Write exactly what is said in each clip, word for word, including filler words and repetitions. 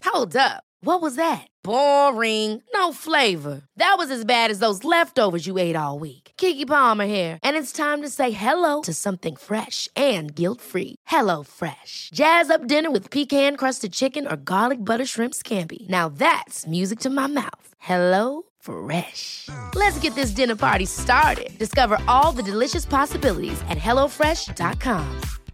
Hold up. What was that? Boring. No flavor. That was as bad as those leftovers you ate all week. Keke Palmer here. And it's time to say hello to something fresh and guilt-free. Hello Fresh. Jazz up dinner with pecan-crusted chicken or garlic butter shrimp scampi. Now that's music to my mouth. Hello Fresh. Let's get this dinner party started. Discover all the delicious possibilities at hello fresh dot com.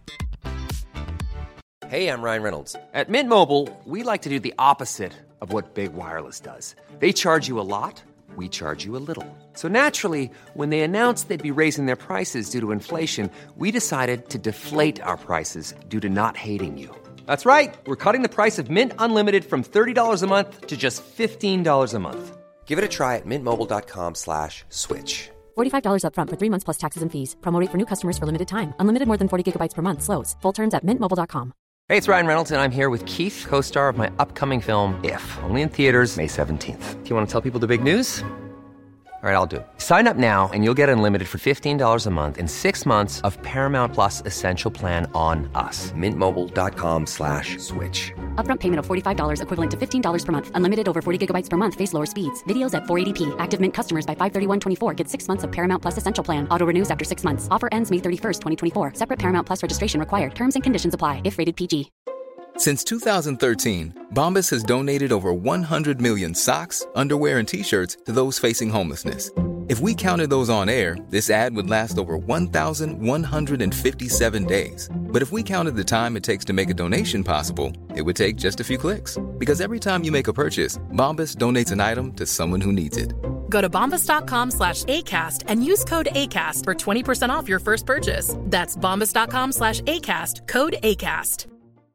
Hey, I'm Ryan Reynolds. At Mint Mobile, we like to do the opposite of what Big Wireless does. They charge you a lot, we charge you a little. So naturally, when they announced they'd be raising their prices due to inflation, we decided to deflate our prices due to not hating you. That's right. We're cutting the price of Mint Unlimited from thirty dollars a month to just fifteen dollars a month. Give it a try at mintmobile.com slash switch. forty-five dollars up front for three months plus taxes and fees. Promo rate for new customers for limited time. Unlimited more than forty gigabytes per month. Slows full terms at mint mobile dot com. Hey, it's Ryan Reynolds, and I'm here with Keith, co-star of my upcoming film, If, only in theaters May seventeenth. Do you want to tell people the big news? All right, I'll do it. Sign up now and you'll get unlimited for fifteen dollars a month and six months of Paramount Plus Essential Plan on us. Mintmobile.com slash switch. Upfront payment of forty-five dollars equivalent to fifteen dollars per month. Unlimited over forty gigabytes per month. Face lower speeds. Videos at four eighty p. Active Mint customers by five thirty-one twenty-four get six months of Paramount Plus Essential Plan. Auto renews after six months. Offer ends May thirty-first, twenty twenty-four. Separate Paramount Plus registration required. Terms and conditions apply if rated P G. Since two thousand thirteen, Bombas has donated over one hundred million socks, underwear, and T-shirts to those facing homelessness. If we counted those on air, this ad would last over one thousand one hundred fifty-seven days. But if we counted the time it takes to make a donation possible, it would take just a few clicks. Because every time you make a purchase, Bombas donates an item to someone who needs it. Go to bombas.com slash ACAST and use code ACAST for twenty percent off your first purchase. That's bombas.com slash ACAST, code ACAST.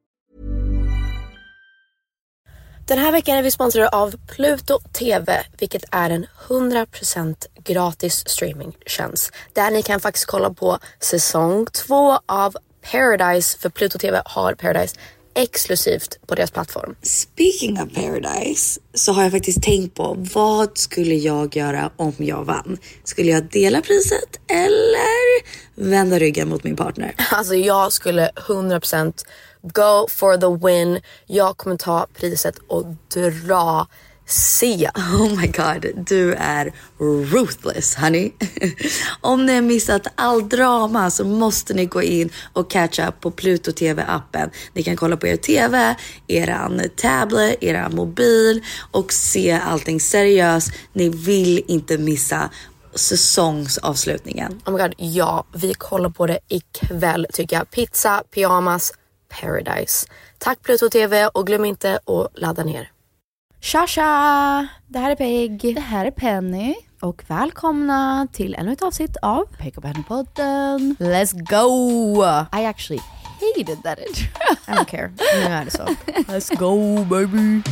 Den här veckan är vi sponsrade av Pluto T V, vilket är en hundra procent gratis streamingtjänst. Där ni kan faktiskt kolla på säsong två av Paradise, för Pluto T V har Paradise exklusivt på deras plattform. Speaking of Paradise så har jag faktiskt tänkt på vad skulle jag göra om jag vann? Skulle jag dela priset eller vända ryggen mot min partner? Alltså jag skulle hundra procent go for the win. Jag kommer ta priset och dra Sia. Oh my god, du är ruthless, honey. Om ni har missat all drama så måste ni gå in och catch up på Pluto T V-appen. Ni kan kolla på er T V, eran tablet, eran mobil och se allting seriöst. Ni vill inte missa säsongsavslutningen. Oh my god, ja, vi kollar på det ikväll tycker jag. Pizza, pyjamas, Paradise. Tack Pluto T V och glöm inte att ladda ner. Tja tja! Det här är Peg. Det här är Penny. Och välkomna till ännu ett avsnitt av Peg och Penny-podden. Let's go! I actually hated that intro. I don't care. Nu är det så. Let's go baby!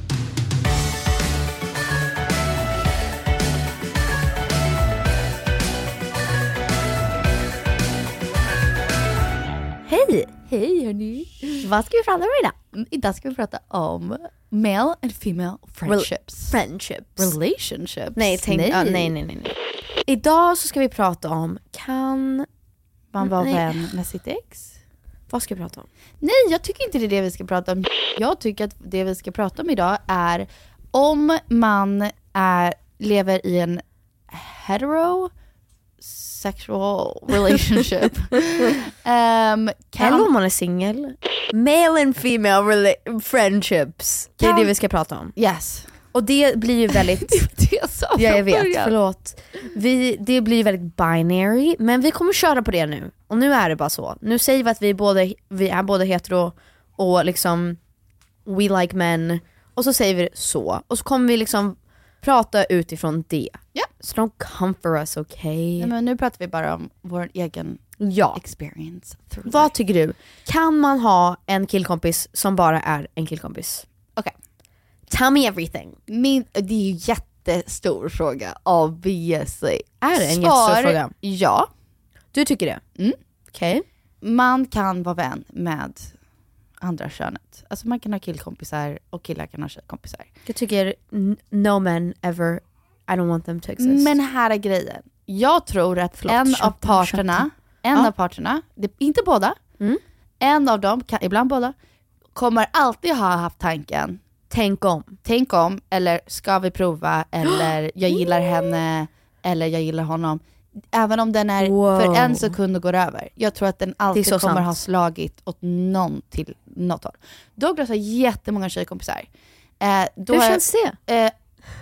Hej! Hej hörni! Vad ska vi prata om idag? Idag ska vi prata om male and female friendships. Rel- friendships. Relationships. Nej, tänk, nej. Ah, nej, nej, nej. Idag så ska vi prata om, kan man vara nej. vän med sitt ex? Vad ska vi prata om? Nej, jag tycker inte det är det vi ska prata om. Jag tycker att det vi ska prata om idag är om man är, lever i en hetero sexual relationship. um, kan... Eller om man är singel. Male and female rela- friendships. Det är kan... det vi ska prata om. Yes. Och det blir ju väldigt... det jag sa ja, jag vet. början. Förlåt. Vi, det blir väldigt binary. Men vi kommer köra på det nu. Och nu är det bara så. Nu säger vi att vi är både, vi är både hetero och liksom we like men. Och så säger vi så. Och så kommer vi liksom prata utifrån det. Ja. Så don't come for us, okay? Nej, men nu pratar vi bara om vår egen ja. experience. Vad life. Tycker du? Kan man ha en killkompis som bara är en killkompis? Okej. Okay. Tell me everything. Min, det är ju jättestor fråga, obviously. Är det en Svar, jättestor fråga? Ja. Du tycker det? Mm. Okej. Okay. Man kan vara vän med andra könet. Alltså man kan ha killkompisar och killar kan ha tjejkompisar. Jag tycker no men ever, I don't want them to exist. Men här är grejen. Jag tror att Förlåt, en köpta, av parterna, köpta. en ja. av parterna, det, inte båda, mm. en av dem, kan, ibland båda, kommer alltid ha haft tanken tänk om. Tänk om, eller ska vi prova, eller jag gillar henne, eller jag gillar honom. Även om den är wow. för en sekund och går över. Jag tror att den alltid kommer sant. ha slagit åt någon till något håll. Douglas har jättemånga tjejkompisar. Eh, då Hur känns det? Eh,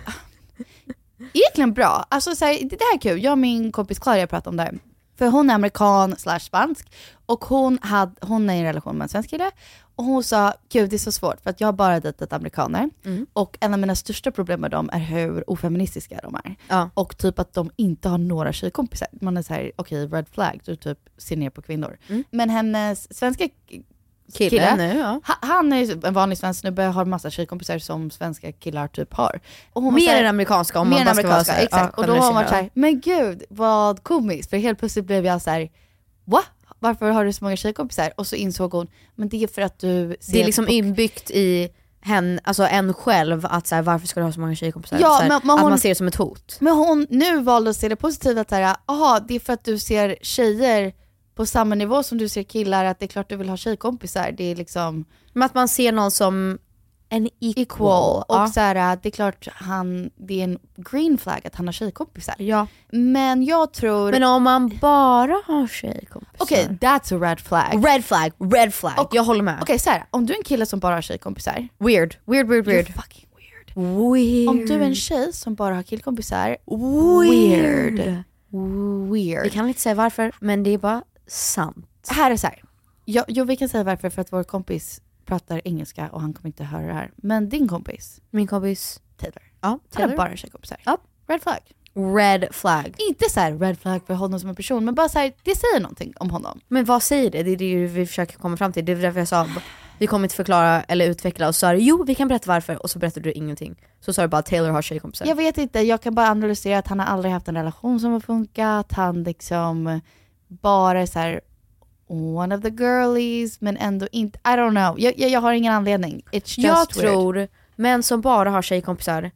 egentligen bra. Alltså, så här, det här är kul. Jag och min kompis Clara har pratat om det här. För hon är amerikan slash spansk. Och hon, hade, hon är i en relation med en svensk kille. Och hon sa, gud det är så svårt för att jag har bara dejtat amerikaner. Mm. Och en av mina största problem med dem är hur ofeministiska de är. Ja. Och typ att de inte har några tjejkompisar. Man är så här, okej, okay, red flag. Du typ ser ner på kvinnor. Mm. Men hennes svenska kille, kille nu, ja. han är en vanlig svensk snubbe, har massa tjejkompisar som svenska killar typ har. Och hon mer än amerikanska om man bara ska vara så här, exakt. Ja, och då har hon varit så här, men gud vad komiskt. För helt plötsligt blev jag så här, what? Varför har du så många tjejkompisar? Och så insåg hon, men det är för att du ser det är liksom på... inbyggt i hen, alltså en själv att så här, varför ska du ha så många tjejkompisar? Ja, så här, men, men hon, att man ser det som ett hot. Men hon nu valde att se det positivt att säga, aha, det är för att du ser tjejer på samma nivå som du ser killar, att det är klart du vill ha tjejkompisar. Det är liksom... Men att man ser någon som en equal. equal. Och ja. så här, det är klart han, det är en green flag att han har tjejkompisar. Ja. Men jag tror... Men om man bara har tjejkompisar. Okej, okay, that's a red flag. Red flag, red flag. Och, jag håller med. Okej, okay, så här, om du är en kille som bara har tjejkompisar. Weird, weird, weird, weird. You're fucking weird. Weird. Om du är en tjej som bara har killkompisar. Weird. Weird. Weird. Vi kan inte säga varför, men det är bara sant. Här är så här. Jo, jo, vi kan säga varför, för att vår kompis pratar engelska och han kommer inte höra det här. Men din kompis, min kompis Taylor, ja, Taylor. Han har bara tjejkompisar. Ja. Red flag. Red flag. Inte så här red flag för honom som en person, men bara så här, det säger någonting om honom. Men vad säger det? Det är det vi försöker komma fram till. Det är därför jag sa, vi kommer inte förklara eller utveckla. Och så sa du, jo vi kan berätta varför. Och så berättade du ingenting. Så sa du bara, Taylor har tjejkompisar. Jag vet inte, jag kan bara analysera att han har aldrig haft en relation som har funkat. Han liksom bara så här one of the girlies, men ändå inte, I don't know. Jag, jag, jag har ingen anledning. It's just jag weird. tror, män som bara har tjejkompisar,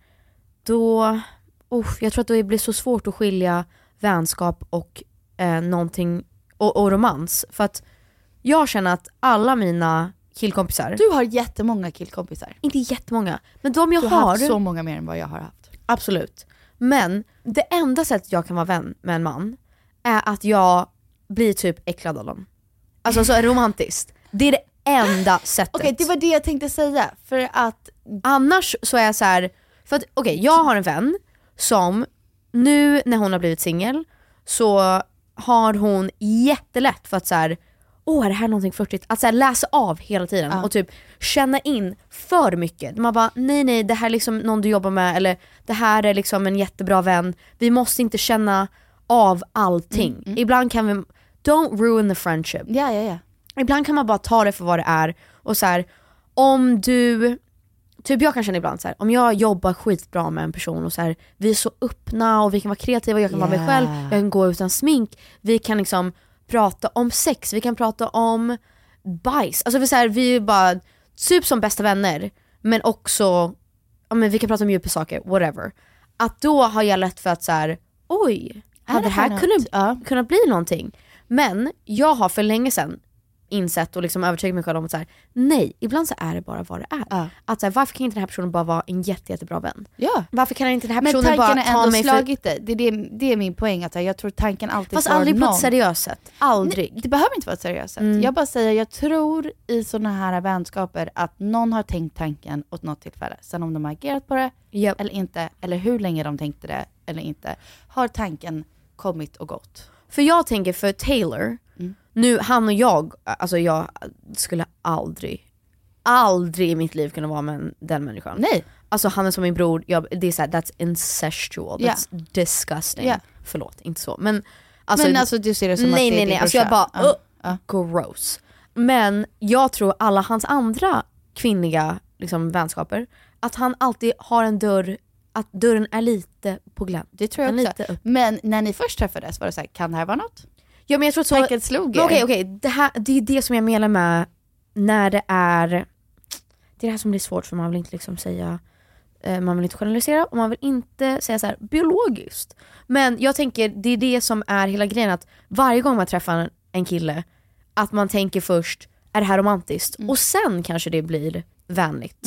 då, uh, jag tror att det blir så svårt att skilja vänskap och eh, någonting, och, och romans. För att jag känner att alla mina killkompisar... Du har jättemånga killkompisar. Inte jättemånga, men de jag du har... Du har haft så många mer än vad jag har haft. Absolut. Men det enda sättet jag kan vara vän med en man är att jag blir typ äcklad av dem. Alltså så romantiskt. Det är det enda sättet. Okej, okay, det var det jag tänkte säga. För att annars så är jag så här, för att okej, okay, jag har en vän som nu när hon har blivit singel så har hon jättelätt för att så här, åh är det här någonting flörtigt? Att så här, läsa av hela tiden ja. och typ känna in för mycket. Man bara, nej nej, det här är liksom någon du jobbar med, eller det här är liksom en jättebra vän. Vi måste inte känna av allting. Mm, mm. Ibland kan vi, don't ruin the friendship. Ja, ja, ja. Ibland kan man bara ta det för vad det är. Och så här, om du, typ jag kan känna ibland så här, om jag jobbar skitbra med en person och så här, vi är så öppna och vi kan vara kreativa, jag kan yeah. vara mig själv, jag kan gå utan smink, vi kan liksom prata om sex, vi kan prata om bajs. Alltså vi, så här, vi är bara typ som bästa vänner, men också ja, men vi kan prata om djupa saker, whatever. Att då har jag lätt för att så här, oj, hade det här kunnat, ja. kunnat bli någonting. Men jag har för länge sedan insett och liksom övertygat mig själv om att så här, nej, ibland så är det bara vad det är. Ja. Att så här, varför kan inte den här personen bara vara en jätte, jättebra vän? Ja. Varför kan inte den här personen bara ta mig slagit för... det. Det, det, det är min poäng, att jag tror tanken alltid fast aldrig någon... på ett seriöst sätt. Aldrig. Nej, det behöver inte vara ett seriöst sätt. Mm. Jag bara säger, jag tror i såna här vänskaper att någon har tänkt tanken åt något tillfälle. Sen om de har agerat på det yep. eller inte, eller hur länge de tänkte det eller inte, har tanken kommit och gått. För jag tänker för Taylor, mm. nu han och jag, alltså jag skulle aldrig, aldrig i mitt liv kunna vara med den människan. Nej. Alltså han är som min bror, jag, det är såhär, that's incestual, that's yeah. disgusting. Yeah. Förlåt, inte så. Men alltså, men alltså du ser det som nej, att det nej, är nej, alltså jag bara, uh, uh. Uh. gross. Men jag tror alla hans andra kvinnliga liksom, vänskaper, att han alltid har en dörr, att dörren är lite på glänt. Det tror jag också. Lite men när ni först träffades var det så här, kan det här vara något? Ja, men jag tror så. Tanken slog er. Okej, okej. Det här, det är det som jag menar med när det är, det är det här som blir svårt, för man vill inte liksom säga, eh, man vill inte generalisera och man vill inte säga så här biologiskt. Men jag tänker, det är det som är hela grejen, att varje gång man träffar en kille, att man tänker först, är det här romantiskt? Mm. Och sen kanske det blir vänligt. Mm.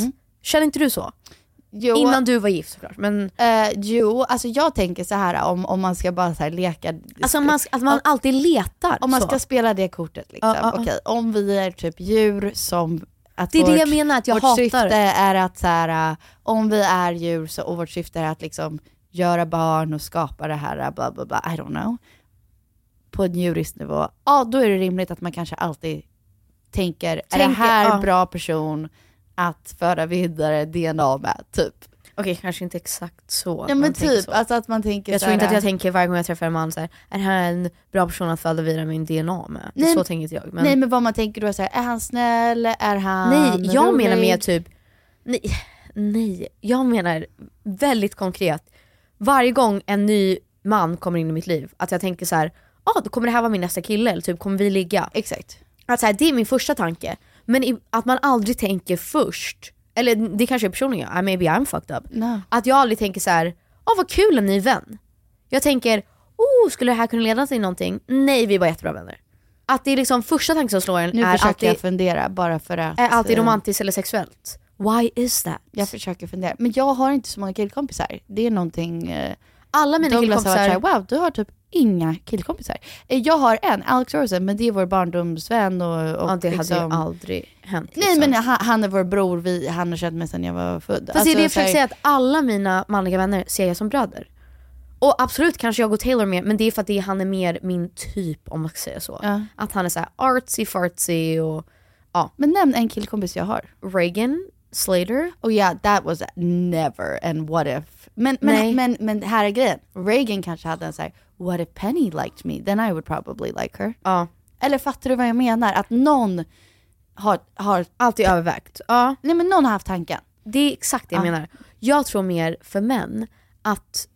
Känner inte du så? Jo, Innan du var gift såklart. Men... Uh, jo, alltså jag tänker så här om, om man ska bara så här leka. Alltså man, att man alltid letar. Om man så. ska spela det kortet liksom. Uh, uh, uh. Okej, om vi är typ djur som... Att det är vårt, det jag menar, att jag vårt hatar. syfte är att så här, uh, om vi är djur så, och vårt syfte är att liksom göra barn och skapa det här, bla bla bla, I don't know. På en djurisk nivå. Ja, då är det rimligt att man kanske alltid tänker, tänker är det här en uh. bra person att föra vidare D N A med, typ. Okej, kanske inte exakt så. Ja men typ, så. Alltså att man tänker jag så tror inte här, att jag tänker varje gång jag träffar en man så här, är det här en bra person att föda vidare min D N A med? Nej, så tänker inte jag. Men... Nej men vad man tänker då är så här, är han snäll? Är han Nej, jag rolig? menar mer typ, nej, nej, jag menar väldigt konkret. Varje gång en ny man kommer in i mitt liv, att jag tänker så här, ja ah, då kommer det här vara min nästa kille, eller typ kommer vi ligga. Exakt. Att så här, det är min första tanke. Men i, att man aldrig tänker först, eller det kanske är personligen, maybe I'm fucked up. No. Att jag aldrig tänker så här, åh oh, vad kul en ny vän. Jag tänker, oh skulle det här kunna leda till någonting? Nej, vi var jättebra vänner. Att det är liksom första tanken som slår en. Nu är försöker alltid, jag fundera bara för att... Är alltid romantiskt eller sexuellt? Why is that? Jag försöker fundera. Men jag har inte så många killkompisar. Det är någonting... Eh, Alla mina killkompisar... Har wow, du har typ inga killkompisar. Eh, jag har en, Alex Rosen, men det är vår barndomsvän. Och, och ja, det liksom, hade ju aldrig hänt. Liksom. Nej, men han, han är vår bror. Vi, han har känt mig sedan jag var född. Fast alltså, det är det jag försöker säga, att alla mina manliga vänner ser jag som bröder. Och absolut kanske jag går Taylor med, men det är för att det, han är mer min typ, om man ska säga så. Ja. Att han är så här artsy fartsy och ja. Men nämn en killkompis jag har. Reagan Slater. Oh yeah, that was never and what if. Men men, men men här är grejen. Reagan kanske hade en så här, what if Penny liked me? Then I would probably like her. Ja. Eller fattar du vad jag menar? Att någon har, har alltid övervägt. Ja. Nej men någon har haft tanken. Det är exakt det jag ja. menar. Jag tror mer för män att,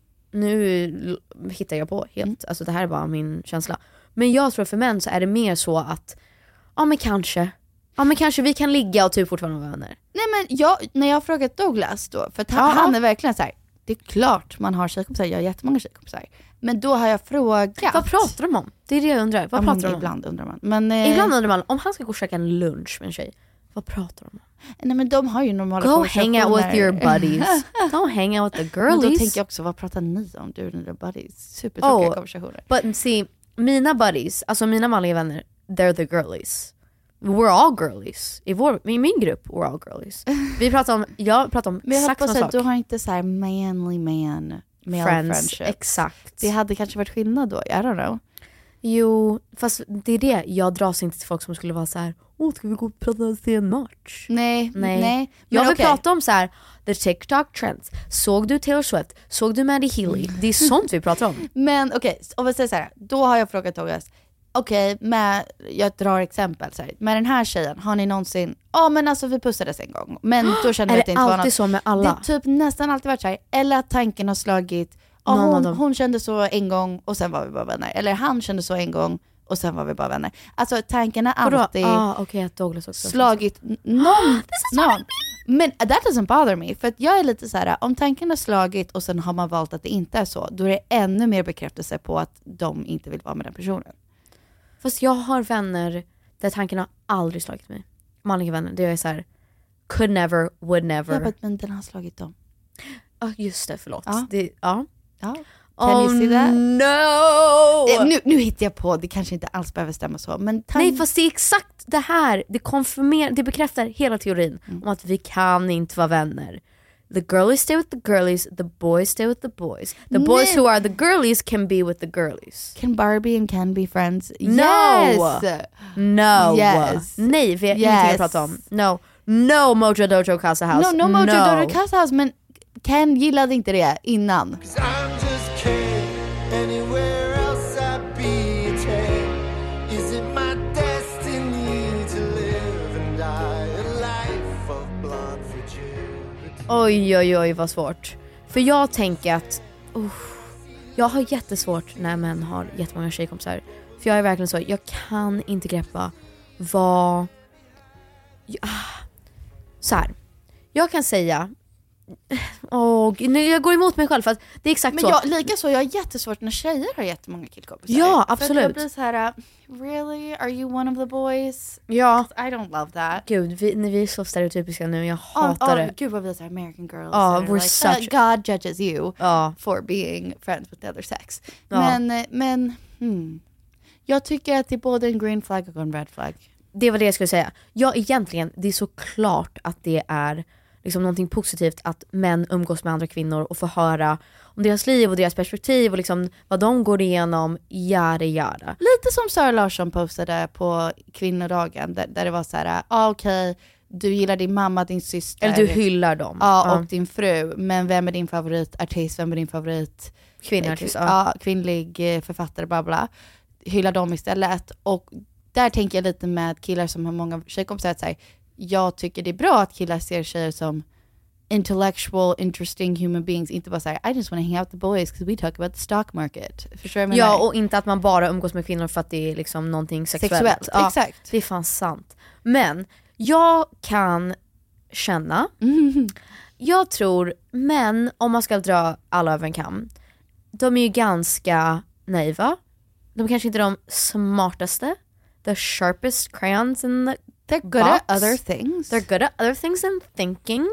nu hittar jag på helt, mm. alltså det här är bara min känsla. Men jag tror för män så är det mer så att, ja men kanske, ja men kanske vi kan ligga och typ fortfarande vara vänner. Nej men jag, när jag har frågat Douglas då, för att han, ja. han är verkligen så här, det är klart man har tjejkompisar, jag har jättemånga tjejkompisar. Men då har jag frågat. Vad pratar de om? Det är det jag undrar. Vad ja, pratar de om? Ibland undrar man. Men, eh... Ibland undrar man, om han ska gå och käka en lunch med en tjej, vad pratar de om? Nej men de har ju normala Go hang out with your buddies. Don't hang out with the girlies. Men då tänker jag också, vad pratar ni om? Du och dina buddies. Supertråkiga oh, konversationer. But see, mina buddies, alltså mina manliga vänner, they're the girlies. We're all girlies. I, vår, i min grupp, we're all girlies. Vi pratar om, jag pratar om men jag exakt samma sak. Du har inte så här manly man, male friends, friendship. Exakt. Det hade kanske varit skillnad då, I don't know. Jo, fast det är det. Jag dras inte till folk som skulle vara så här, åh, ska vi gå och prata och se en match? Nej, nej. nej. Jag vill okay. prata om så här, the TikTok trends. Såg du Taylor Swift? Såg du Maddie Healy? Det är sånt vi pratar om. Men okej, okay, om vi säger så här, då har jag frågat Douglas. Okej, okay, med, jag drar exempel så här, med den här tjejen, har ni någonsin, ja men alltså vi pussades en gång, men då kände jag att det inte var något. Är det alltid så med alla? Det har typ nästan alltid varit så här, eller att tanken har slagit, ja, hon, hon kände så en gång och sen var vi bara vänner, eller han kände så en gång och sen var vi bara vänner. Alltså tanken har alltid ah, okay, Douglas också slagit någon, någon. Men that doesn't bother me, för att jag är lite så här, om tanken har slagit och sen har man valt att det inte är så, då är det ännu mer bekräftelse på att de inte vill vara med den personen. Fast jag har vänner där tanken har aldrig slagit mig. Manliga vänner, det är så här, could never, would never. Ja, men den har slagit dem. Ja, oh, just det, förlåt. Ja. Det, ja. ja. Can oh, you see that? No! Eh, nu, nu hittar jag på, det kanske inte alls behöver stämma så. Men tan- Nej, fast det är exakt det här. Det konfirmerar, det bekräftar hela teorin mm. om att vi kan inte vara vänner. The girlies stay with the girlies, the boys stay with the boys. The boys Nej. who are the girlies can be with the girlies. Can Barbie and Ken be friends? No! Yes! No! Yes. Nej, vi har yes. ingenting att prata om. No. No Mojo Dojo Casa House. No, no Mojo no. Dojo Casa House, men Ken gillade inte det innan. Oj, oj, oj, vad svårt. För jag tänker att uh, jag har jättesvårt när män har jättemånga tjejkompisar. För jag är verkligen så, jag kan inte greppa vad... Ja, så här. Jag kan säga, Åh, nu jag går emot mig själv för att det är exakt men så. jag, lika så, jag har jättesvårt när tjejer har jättemånga killkompisar. Ja, för absolut. jag blir så här, really? Are you one of the boys? Ja. I don't love that. Gud, vi, när vi är så stereotypiska nu, jag hatar oh, oh, det. Gud vad vi är så här American girls. Ja, that are we're like, such- God judges you Ja. for being friends with the other sex. Ja. Men, men hmm. jag tycker att det är både en green flag och en red flag. Det var det jag skulle säga. Ja, egentligen, det är så klart att det är liksom någonting positivt att män umgås med andra kvinnor och får höra om deras liv och deras perspektiv och liksom vad de går igenom, jada jada. Lite som Sara Larsson postade på kvinnodagen där, där det var så här, ah, okej, okay, du gillar din mamma, din syster. Eller du hyllar dem. Ja, ja. och din fru. Men vem är din favoritartist? Vem är din favorit kvinnoartist? Ja. ja, kvinnlig författare, bla bla. Hylla dem istället. Och där tänker jag lite med killar som har många tjejkompisar att säga, jag tycker det är bra att killar ser tjejer som intellectual, interesting human beings. Inte bara säga I just want to hang out with the boys because we talk about the stock market. Förstår du vad jag menar? Ja, och inte att man bara umgås med kvinnor för att det är liksom någonting sexuellt. Sexuellt, ja, exakt. Det är fan sant. Men jag kan känna, Mm. jag tror män, om man ska dra alla över en kam, de är ju ganska naiva. De kanske inte är de smartaste, the sharpest crayons in the They're good box. at other things. They're good at other things than thinking.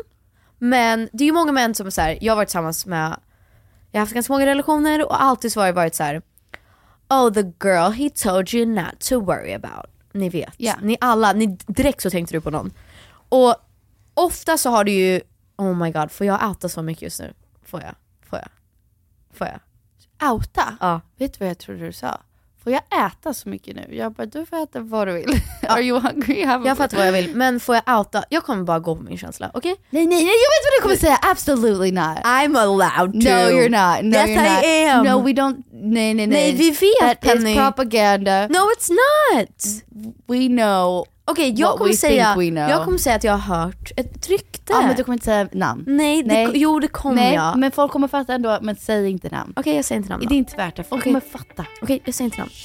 Men det är ju många män som är så här, jag har varit tillsammans med, jag har haft ganska många relationer och alltid så har det varit så här: oh, the girl he told you not to worry about. Ni vet, Yeah. ni alla, ni, direkt så tänkte du på någon. Och ofta så har du ju, oh my god, får jag äta så mycket just nu? Får jag? Får jag? Får jag? Outa? Ja. Vet du vad jag trodde du sa? Får jag äta så mycket nu? Jag bara, du får äta vad du vill. Are you hungry? Have Jag fattar vad jag vill, men får jag outa? Jag kommer bara gå på min känsla, okej? Okay? Nej, nej, nej, jag vet vad du kommer säga. Absolutely not. I'm allowed to. No, you're not. No, yes, you're not. I am. No, we don't. Nej, nej, nej. Nej, vi vet, That Penny. is propaganda. No, it's not. We know. Okej, okay, jag, what kommer we säga, think we know. jag kommer säga att jag har hört ett rykte. Ja, men du kommer inte säga namn. Nej, det, Nej. jo det kommer Nej, jag. men folk kommer fatta ändå, men säg inte namn. Okej, okay, jag säger inte namn då. Det är inte värt det, folk okay. kommer fatta. Okej, okay, jag säger inte namn.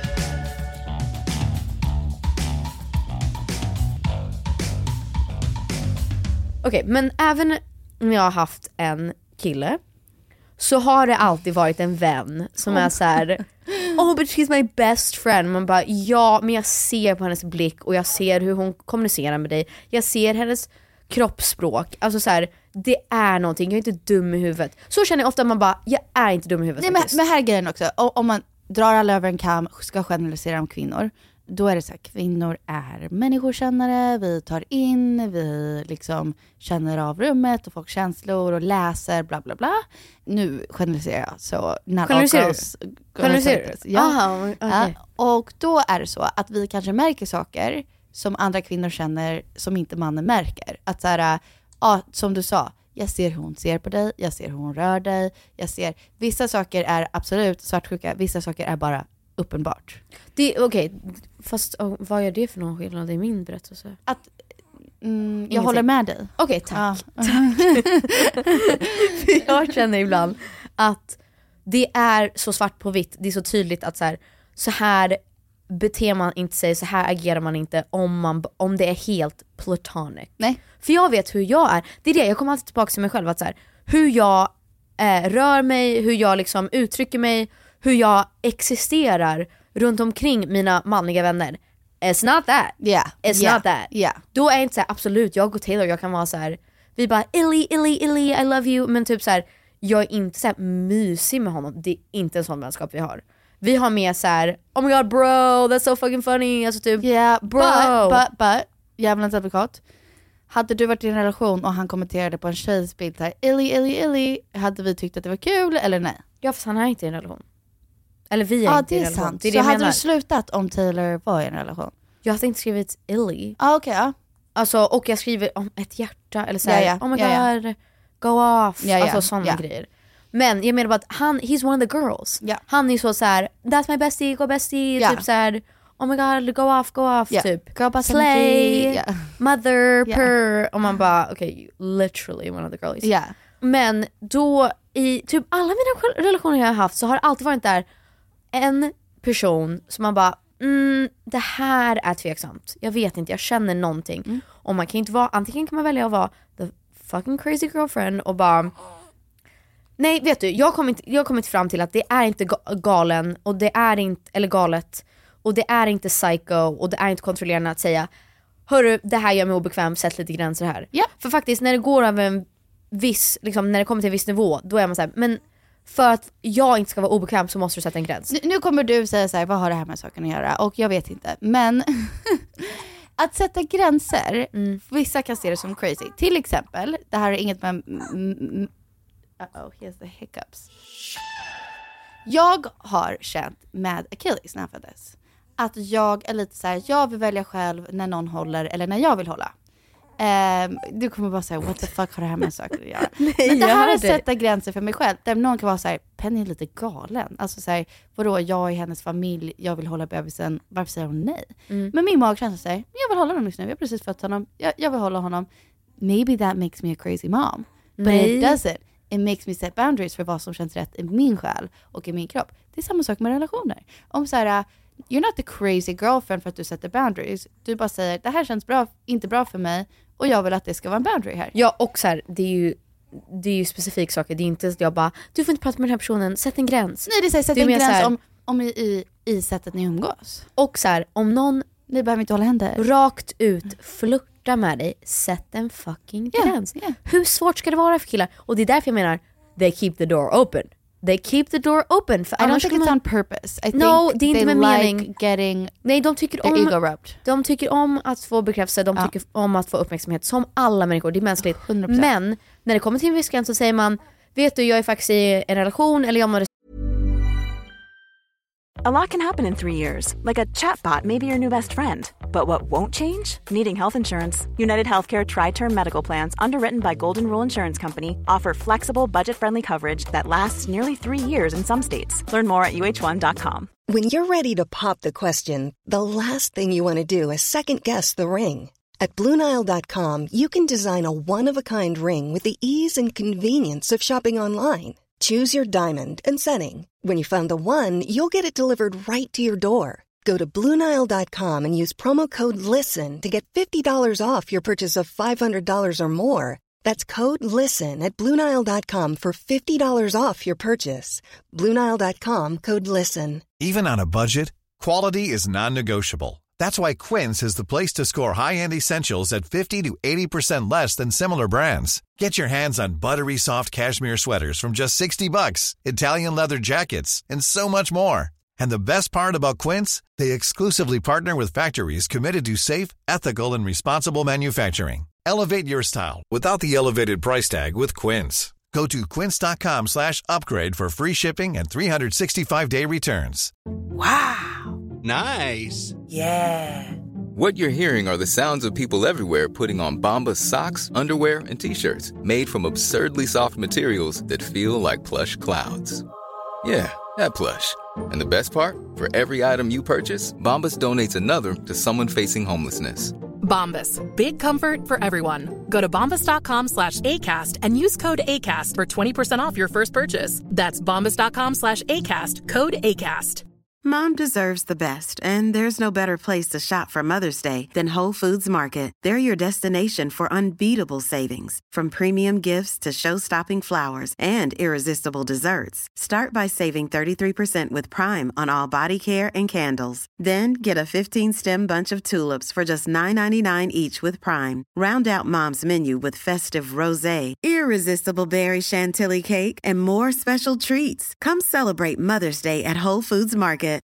Okej, okay, men även om jag har haft en kille så har det alltid varit en vän som oh. är så här: oh but she's my best friend. Man bara, ja men jag ser på hennes blick och jag ser hur hon kommunicerar med dig. Jag ser hennes kroppsspråk. Alltså så här, det är någonting, jag är inte dum i huvudet. Så känner jag ofta, man bara, jag är inte dum i huvudet. Nej, men, men här är grejen också, om man drar alla över en kam, ska generalisera om kvinnor, då är det så här, kvinnor är människokännare, vi tar in, vi liksom känner av rummet och folks känslor och läser bla bla bla. Nu generaliserar jag, så not all girls generaliserar. Ja. Aha, okay. Ja, och då är det så att vi kanske märker saker som andra kvinnor känner som inte mannen märker. Att så här, ja, som du sa, jag ser hur hon ser på dig, jag ser hur hon rör dig, jag ser, vissa saker är absolut svartsjuka, vissa saker är bara uppenbart. Okej, okay. Fast oh, vad är det för någon skillnad i min berättelse? Att mm, jag håller med dig. Okej, okay, tack. Ja. För jag känner ibland att det är så svart på vitt, det är så tydligt att så här, så här beter man inte sig, så här agerar man inte om, man, om det är helt platonic. Nej. För jag vet hur jag är. Det är det, jag kommer alltid tillbaka till mig själv, att så här, hur jag eh, rör mig, hur jag liksom uttrycker mig, hur jag existerar runt omkring mina manliga vänner. It's not that. Yeah. It's yeah. not that. Yeah. Då är jag inte så här, absolut, jag och Taylor, jag kan vara så här, vi bara Illy, Illy, Illy, I love you. Men typ så här, jag är inte så här mysig med honom. Det är inte en sån vänskap vi har. Vi har mer så här, oh my god bro, that's so fucking funny. Alltså typ, yeah, bro. But, but, but djävulens advokat. Hade du varit i en relation och han kommenterade på en tjejs bild här, Illy, Illy, Illy, hade vi tyckt att det var kul eller nej? Ja, för han är inte i en relation. Eller vi är ja, inte i en relation. relation. Det är så det hade menar. du slutat om Taylor var i en relation? Jag hade inte skrivit Illy. Ah, okej, okay, ja. Alltså, och jag skriver om ett hjärta eller så här, ja, ja. oh my ja, god, ja. go off. Ja, ja. Alltså sådana ja. grejer. Men jag menar bara att han, he's one of the girls. Ja. Han är så så här, that's my bestie, go bestie. Ja. Typ så här, oh my god, go off, go off. Ja. Typ. Girl boss Slay, energy. Ja. mother, Ja. purr. Och man bara, okay, literally one of the girlies. Ja. Men då, i typ alla mina relationer jag har haft så har det alltid varit där en person som man bara, mm, det här är tveksamt. Jag vet inte, jag känner någonting. Mm. Och man kan inte vara, antingen kan man välja att vara the fucking crazy girlfriend och bara nej vet du, jag har kommit, jag har kommit fram till att det är inte galen och det är inte, eller galet och det är inte psycho och det är inte kontrollerande att säga hörru, det här gör mig obekväm, sätt lite gränser här. Ja. För faktiskt när det går över en viss, liksom, när det kommer till en viss nivå, då är man så här, men för att jag inte ska vara obekväm så måste du sätta en gräns. Nu, nu kommer du säga så här, vad har det här med saken att göra? Och jag vet inte, men att sätta gränser, mm. vissa kan se det som crazy. Till exempel, det här är inget med uh-oh, here's the hiccups. Jag har känt med Achilles när han föddes att jag är lite så här, jag vill välja själv när någon håller eller när jag vill hålla. Um, du kommer bara säga, what the fuck har det här med saker att göra? Nej, men det här är att sätta gränser för mig själv. Där någon kan vara så här, Penny är lite galen. Alltså så här, vadå, jag är hennes familj, jag vill hålla bebisen, varför säger hon nej? Mm. Men min magkänsla säger, jag vill hålla honom just nu, jag har precis fött honom, jag, jag vill hålla honom. Maybe that makes me a crazy mom. But nej. It doesn't. It makes me set boundaries för vad som känns rätt i min själ och i min kropp. Det är samma sak med relationer. Om så här, you're not the crazy girlfriend för att du sätter boundaries. Du bara säger, det här känns bra, inte bra för mig. Och jag vill att det ska vara en boundary här. Ja, och så här, det är ju det är ju specifika saker. Det är inte att jag bara, du får inte prata med den här personen, sätt en gräns. Nej, det säger sätt det en gräns här, om, om i, i, i sättet ni umgås. Och så här, om någon, ni behöver inte hålla händer, rakt ut flirta med dig, sätt en fucking gräns. Yeah, yeah. Hur svårt ska det vara för killar? Och det är därför jag menar, they keep the door open. They keep the door open. För I don't think it's man... on purpose. I no, think det är inte they med like mening. Getting Nej, de tycker om ego rubbed. De tycker om att få bekräftelse, de ja. tycker om att få uppmärksamhet som alla människor, det är mänskligt. hundra procent. Men när det kommer till en viss gräns så säger man, vet du, jag är faktiskt i en relation eller jag måste. A lot can happen in three years, like a chatbot may be your new best friend. But what won't change? Needing health insurance. United Healthcare Tri-Term Medical Plans, underwritten by Golden Rule Insurance Company, offer flexible, budget-friendly coverage that lasts nearly three years in some states. Learn more at U H one dot com. When you're ready to pop the question, the last thing you want to do is second-guess the ring. At Blue Nile dot com, you can design a one-of-a-kind ring with the ease and convenience of shopping online. Choose your diamond and setting. When you find the one, you'll get it delivered right to your door. Go to Blue Nile dot com and use promo code LISTEN to get fifty dollars off your purchase of five hundred dollars or more. That's code LISTEN at Blue Nile dot com for fifty dollars off your purchase. Blue Nile dot com, code LISTEN. Even on a budget, quality is non-negotiable. That's why Quince is the place to score high-end essentials at fifty to eighty percent less than similar brands. Get your hands on buttery soft cashmere sweaters from just sixty bucks, Italian leather jackets, and so much more. And the best part about Quince, they exclusively partner with factories committed to safe, ethical, and responsible manufacturing. Elevate your style without the elevated price tag with Quince. Go to quince dot com slash upgrade for free shipping and three sixty-five day returns. Wow. Nice. Yeah. What you're hearing are the sounds of people everywhere putting on Bombas socks, underwear, and T-shirts made from absurdly soft materials that feel like plush clouds. Yeah, that plush. And the best part? For every item you purchase, Bombas donates another to someone facing homelessness. Bombas. Big comfort for everyone. Go to bombas dot com slash ACAST and use code ACAST for twenty percent off your first purchase. That's bombas dot com slash ACAST. Code ACAST. Mom deserves the best, and there's no better place to shop for Mother's Day than Whole Foods Market. They're your destination for unbeatable savings, from premium gifts to show-stopping flowers and irresistible desserts. Start by saving thirty-three percent with Prime on all body care and candles. Then get a fifteen-stem bunch of tulips for just nine ninety-nine each with Prime. Round out Mom's menu with festive rosé, irresistible berry chantilly cake, and more special treats. Come celebrate Mother's Day at Whole Foods Market.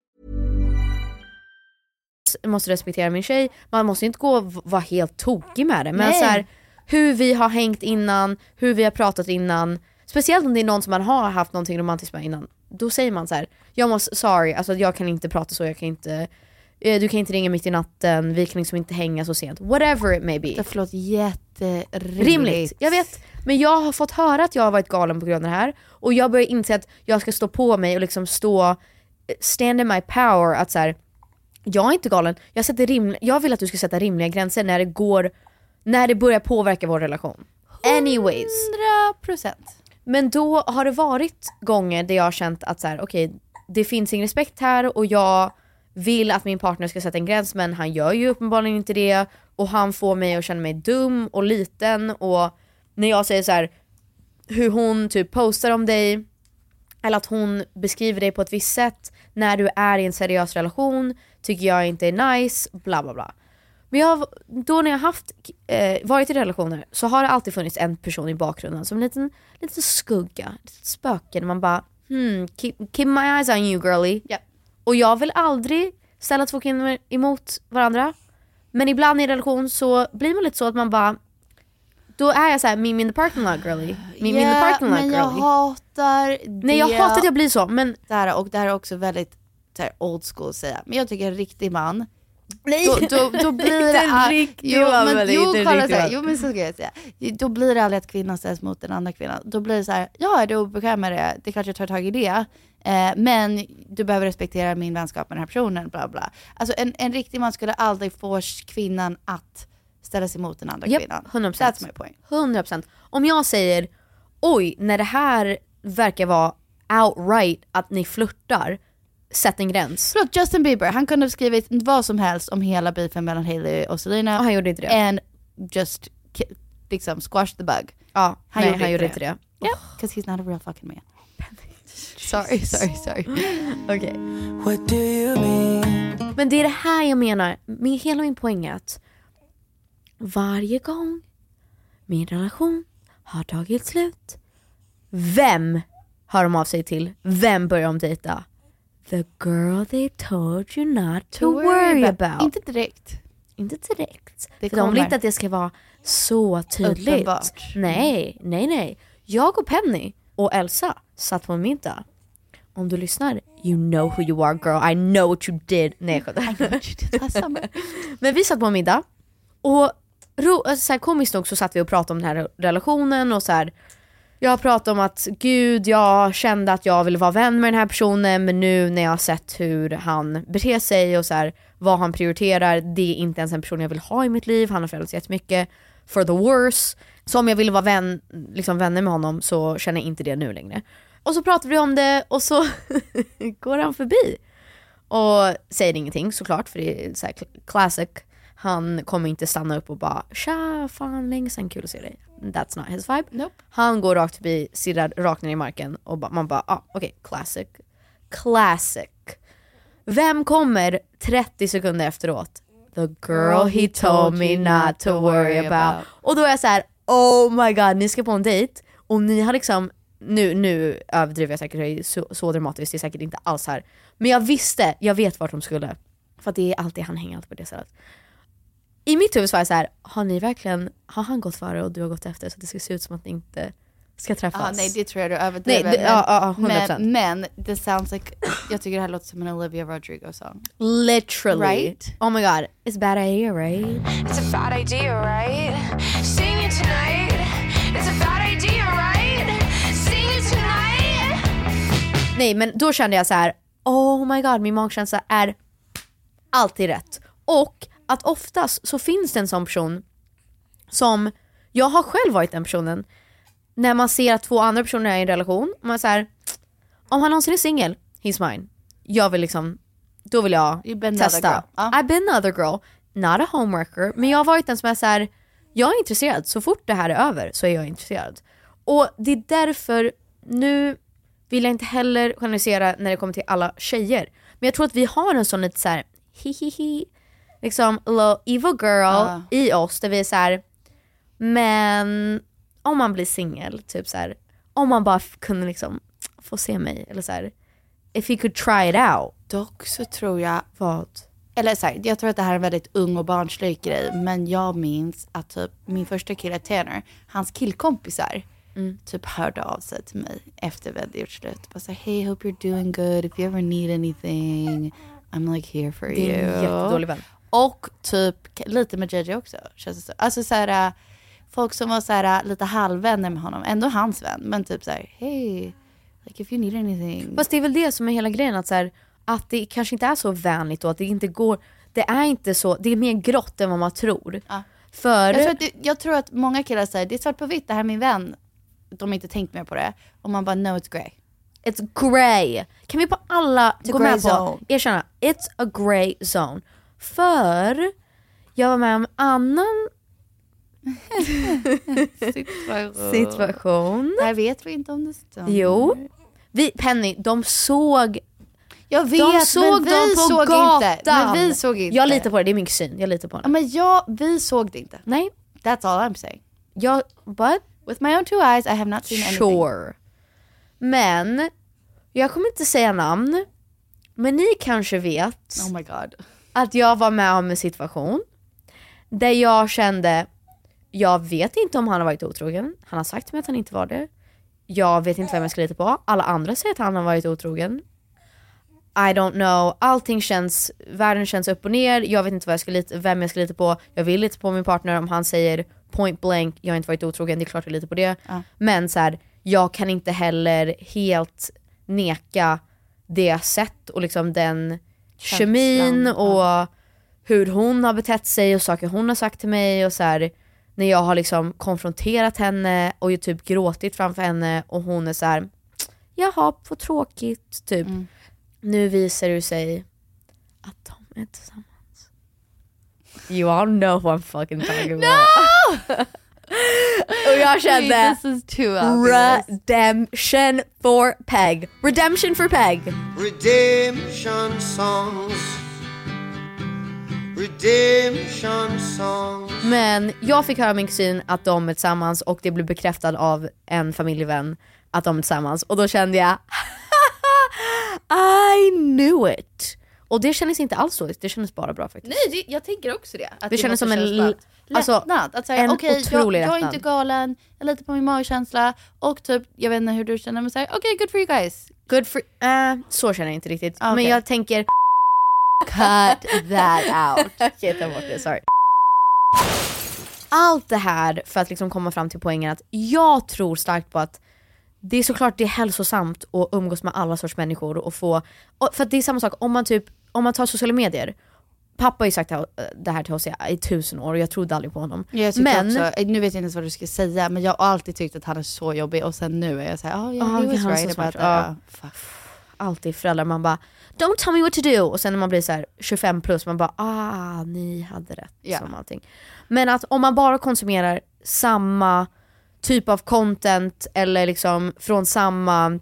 Måste respektera min tjej. Man måste inte gå och vara helt tokig med det. Men så här, hur vi har hängt innan, hur vi har pratat innan. Speciellt om det är någon som man har haft någonting romantiskt med innan. Då säger man så här, jag måste, sorry, alltså jag kan inte prata så, jag kan inte, du kan inte ringa mitt i natten, vi kan liksom inte hänga så sent. Whatever it may be. Det förlåt, jätterimligt. Rimligt, jag vet. Men jag har fått höra att jag har varit galen på grund av det här. Och jag börjar inse att jag ska stå på mig och liksom stå, stand in my power, att så här, jag är inte galen. Jag sätter rim, jag vill att du ska sätta rimliga gränser när det går, när det börjar påverka vår relation. Anyways, hundra procent. Men då har det varit gånger där jag har känt att så här, okej, okay, det finns ingen respekt här och jag vill att min partner ska sätta en gräns, men han gör ju uppenbarligen inte det och han får mig att känna mig dum och liten och när jag säger så här, hur hon typ postar om dig eller att hon beskriver dig på ett visst sätt när du är i en seriös relation, tycker jag inte är nice, bla bla bla. Men jag, då när jag haft eh, varit i relationer så har det alltid funnits en person i bakgrunden som en liten, liten skugga, ett spöke där man bara hmm, keep, keep my eyes on you girly. Yeah. Och jag vill aldrig ställa två kvinnor emot varandra. Men ibland i relation så blir man lite så att man bara, då är jag så här, meet me in the parking lot girly. Meet yeah, me in the parking lot girly. Men jag hatar det. Nej, jag hatar att jag blir så, men det här, och det här är också väldigt så här, old school att säga. Men jag tycker en riktig man, nej, då, då, då blir det en riktig jo, man, men, jo, jo, kolla, så här, jo men så ska jag säga. Då blir det aldrig att kvinnan ställs mot den andra kvinnan. Då blir det så här, ja, är du obekväm med det? Det är klart jag tar tag i det. Eh, men du behöver respektera min vänskap med den här personen, bla bla. Alltså en, en riktig man skulle aldrig få kvinnan att ställa sig mot den andra yep, kvinnan. hundra procent. That's my point. hundra procent. Om jag säger, oj, när det här verkar vara outright att ni flirtar, sätt en gräns. Förlåt, Justin Bieber, han kunde ha skrivit vad som helst om hela beefen mellan Hailey och Selena. Och han gjorde inte det. And just liksom squash the bug. Ja, han, nej, gjorde, han inte gjorde det. inte det. Yeah, because he's not a real fucking man. Sorry, sorry, sorry. Okej. Okay. What do you mean? Men det är det här jag menar. Min, hela min poäng är att varje gång min relation har tagit slut, vem hör de av sig till? Vem börjar de dejta? The girl they told you not to, to worry, worry about. about. Inte direkt. Inte direkt. Det För de vill inte att det ska vara så tydligt. Uppenbart. Nej, nej, nej. Jag och Penny och Elsa satt på en middag. Om du lyssnar, you know who you are girl. I know what you did. Nej, jag Men vi satt på en middag. Och så här, komiskt nog så satt vi och pratade om den här relationen. Och så här, jag pratade om att gud, jag kände att jag ville vara vän med den här personen. Men nu när jag har sett hur han beter sig och så här, vad han prioriterar, det är inte ens en person jag vill ha i mitt liv. Han har föräldrats jättemycket. For the worse. Så om jag vill vara vän, liksom vänner med honom, så känner jag inte det nu längre. Och så pratar vi om det och så går han förbi. Och säger ingenting såklart, för det är så här classic. Han kommer inte stanna upp och bara tja, fan länge sen, kul att se dig. That's not his vibe. Nope. Han går rakt förbi, stirrar rakt ner i marken och ba, man bara, ah, okej, okay, classic. Classic. Vem kommer trettio sekunder efteråt? The girl he told me not to worry about. Och då är jag så här, oh my god, ni ska på en dejt. Och ni har liksom, nu, nu överdriver jag säkert, det är så, så dramatiskt, det är säkert inte alls här. Men jag visste, jag vet vart de skulle. För att det är alltid, han hänger alltid på det sättet. I mitt huvud så var jag så här, har ni verkligen, har han gått före och du har gått efter, så att det ska se ut som att ni inte ska träffas? Ah, nej, det tror jag du överdriver. Nej, det, men, ja, ja, hundra procent. men, men det sounds like, jag tycker det här låter som en Olivia Rodrigo song. Literally. Right? Oh my god, it's a bad idea, right? It's a bad idea, right? Sing it tonight. It's a bad idea, right? Sing it tonight. Nej, men då kände jag så här, oh my god, min magkänsla är alltid rätt. Och att oftast så finns det en sån person som, jag har själv varit den personen, när man ser att två andra personer är i en relation, och man säger, om han någonsin är singel, he's mine. Jag vill liksom, då vill jag testa. Uh. I've been another girl, not a homewrecker, men jag har varit den som är så här, jag är intresserad, så fort det här är över så är jag intresserad. Och det är därför, nu vill jag inte heller generalisera när det kommer till alla tjejer, men jag tror att vi har en sån lite så här hihihi, liksom little evil girl uh. i oss, där vi är så här, men om man blir singel, typ så här, om man bara f- kunde liksom få se mig, eller så här, if you could try it out. Dock så tror jag, vad? Eller så här, jag tror att det här är en väldigt ung och barnslig grej, men jag minns att typ min första kille Tanner, hans killkompisar mm. typ hörde av sig till mig efter vi hade gjort slut. Bara så här, hey, hope you're doing good, if you ever need anything, I'm like here for det you. Det är en jättedålig vän. Och typ lite med J J också, känns det så. Alltså så här, folk som var så här lite halvvänner med honom, ändå hans vän, men typ så här, hey, like if you need anything. Fast det är väl det som är hela grejen, att så här, att det kanske inte är så vänligt, och att det inte går, det är inte så, det är mer grått än vad man tror. Ja. För jag, tror att det, jag tror att många killar säger, det är svart på vitt, det här är min vän, de har inte tänkt mer på det, och man bara, no, it's grey. It's grey. Kan vi på alla it's gå med på, erkänna, it's a grey zone. För jag var med om annan Situation. Situation. Där vet vi inte om det stämmer. Jo. Vi, Penny, de såg... Jag vet, de såg men vi dem på såg gatan. inte. Men vi såg inte. Jag litar på det, det är min kusin. Jag litar på henne. Ja, men jag, vi såg det inte. Nej. That's all I'm saying. Jag, but? With my own two eyes I have not seen anything. Sure. Men, jag kommer inte säga namn. Men ni kanske vet. Oh my god. Att jag var med om en situation. Där jag kände, jag vet inte om han har varit otrogen. Han har sagt till mig att han inte var det. Jag vet inte vem jag ska lita på. Alla andra säger att han har varit otrogen. I don't know. Allting känns, världen känns upp och ner. Jag vet inte vad jag ska lita, vem jag ska lita på. Jag vill lita på min partner om han säger point blank, jag har inte varit otrogen. Det är klart jag litar på det. Ja. Men så här, jag kan inte heller helt neka det jag sett och liksom den Känslan, kemin och ja. hur hon har betett sig och saker hon har sagt till mig och så här, när jag har liksom konfronterat henne och ju typ gråtit framför henne och hon är så här, jaha, vad tråkigt typ. Mm. Nu visar det sig att de är tillsammans. You all know what I'm fucking talking about. No! Och jag kände This is too obvious. redemption for Peg. Redemption for Peg. Redemption songs. Redemption songs. Men jag fick höra av min kusin att de är tillsammans och det blev bekräftat av en familjevän att de är tillsammans. Och då kände jag I knew it. Och det kändes inte alls så, det kändes bara bra faktiskt. Nej, det, jag tänker också det. Att det kändes som en l- alltså, lättnad. Att säga, en okej, okay, jag, otrolig jag är lättnad. inte galen, jag litar på min magkänsla. Och typ, jag vet inte hur du känner, men säger okej, okay, good for you guys. Good for, uh, så känner jag inte riktigt. Okay. Men jag tänker cut that out. Okej, ta bort det, sorry. Allt det här för att liksom komma fram till poängen att jag tror starkt på att det är såklart det är hälsosamt att umgås med alla sorts människor och få, och för att det är samma sak om man typ, om man tar sociala medier. Pappa har ju sagt det här till oss i tusen år och jag trodde aldrig på honom. Jag men också, nu vet jag inte ens vad du ska säga, men jag har alltid tyckt att han är så jobbig och sen nu är jag såhär, oh yeah, oh, he was han right about that. Ja. Oh, alltid föräldrar, man bara don't tell me what to do och sen när man blir så här tjugofem plus man bara ah, ni hade rätt ja. som allting. Men att om man bara konsumerar samma typ av content eller liksom från samma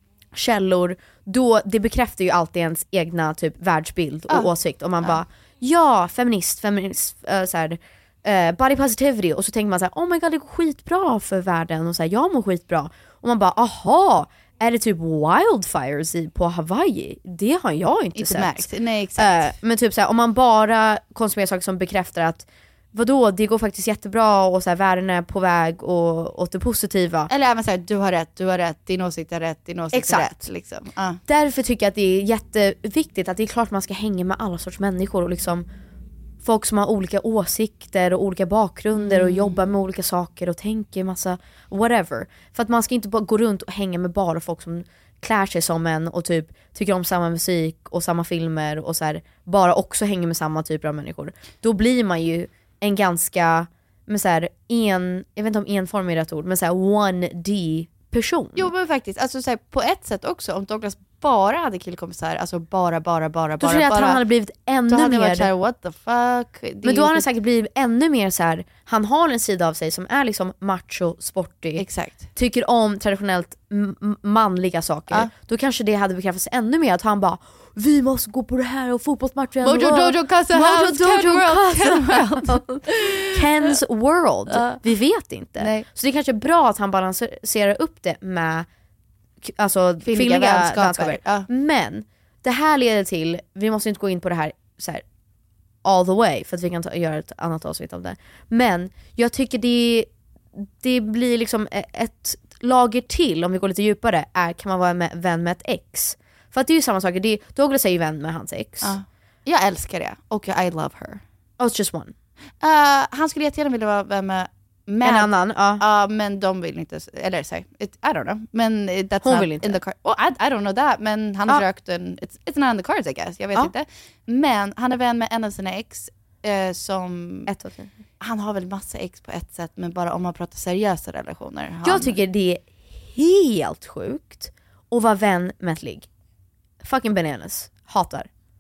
källor, då det bekräftar ju alltid ens egna typ världsbild och ah. åsikt och man ah. bara ja, feminist, feminist uh, så här, uh, body positivity och så tänker man så här, oh my god, det går skitbra för världen och så här, jag mår skitbra och man bara aha, är det typ wildfires i, på Hawaii? Det har jag inte, inte sett. Märkt. Nej, exakt. Uh, men typ så här, om man bara konsumerar saker som bekräftar att vadå, det går faktiskt jättebra och så här, världen är på väg och åt det positiva. Eller även såhär, du har rätt, du har rätt, din åsikt är rätt, din åsikt Exakt. är rätt. Liksom. Uh. Därför tycker jag att det är jätteviktigt att det är klart man ska hänga med alla sorts människor och liksom folk som har olika åsikter och olika bakgrunder mm. och jobbar med olika saker och tänker massa whatever. För att man ska inte bara gå runt och hänga med bara folk som klär sig som en och typ tycker om samma musik och samma filmer och så här, bara också hänger med samma typer av människor. Då blir man ju en ganska men så här, en, jag vet inte om enformig är rätt ord, men så här one D person. Jo men faktiskt, alltså så här, på ett sätt också, om Douglas bara hade killkompisar, alltså bara, bara, bara, då bara, tror jag bara, att han hade blivit ännu då hade mer varit så här, what the fuck. Det men då är har han skit- säkert blivit ännu mer så här. Han har en sida av sig som är liksom macho, sportig. Exakt. Tycker om traditionellt m- manliga saker. Ja. Då kanske det hade bekräftats ännu mer att han bara, vi måste gå på det här och fotbollsmatchen. Mojo Dojo Casa House, Ken World, Ken World. Kens World. Ja. Vi vet inte. Nej. Så det är kanske är bra att han balanserar upp det med alltså kvinnliga vänskaper. vänskaper. Ja. Men det här leder till, vi måste inte gå in på det här så här all the way för att vi kan ta, göra ett annat avsnitt av det. Men jag tycker det det blir liksom ett lager till, om vi går lite djupare, är kan man vara med, vän med ett ex. För att det är ju samma sak, det, Douglas är ju vän med hans ex. Ja. Jag älskar det och I love her. Oh, it's just one. Uh, han skulle jättegärna vilja vara vän med, med en annan, ja. Ja, men de vill inte, eller säg, I don't know. Men that's Hon not vill inte. in the car. Oh, I, I don't know that, men han har Ja. rökt en, it's, it's not in the cards I guess, jag vet Ja. inte. Men han är vän med en av sina ex eh, som, Ett och tre. han har väl massa ex på ett sätt, men bara om man pratar seriösa relationer. Han, Jag tycker det är helt sjukt att vara vän med ett ligg. Fucking bananas. Hatar.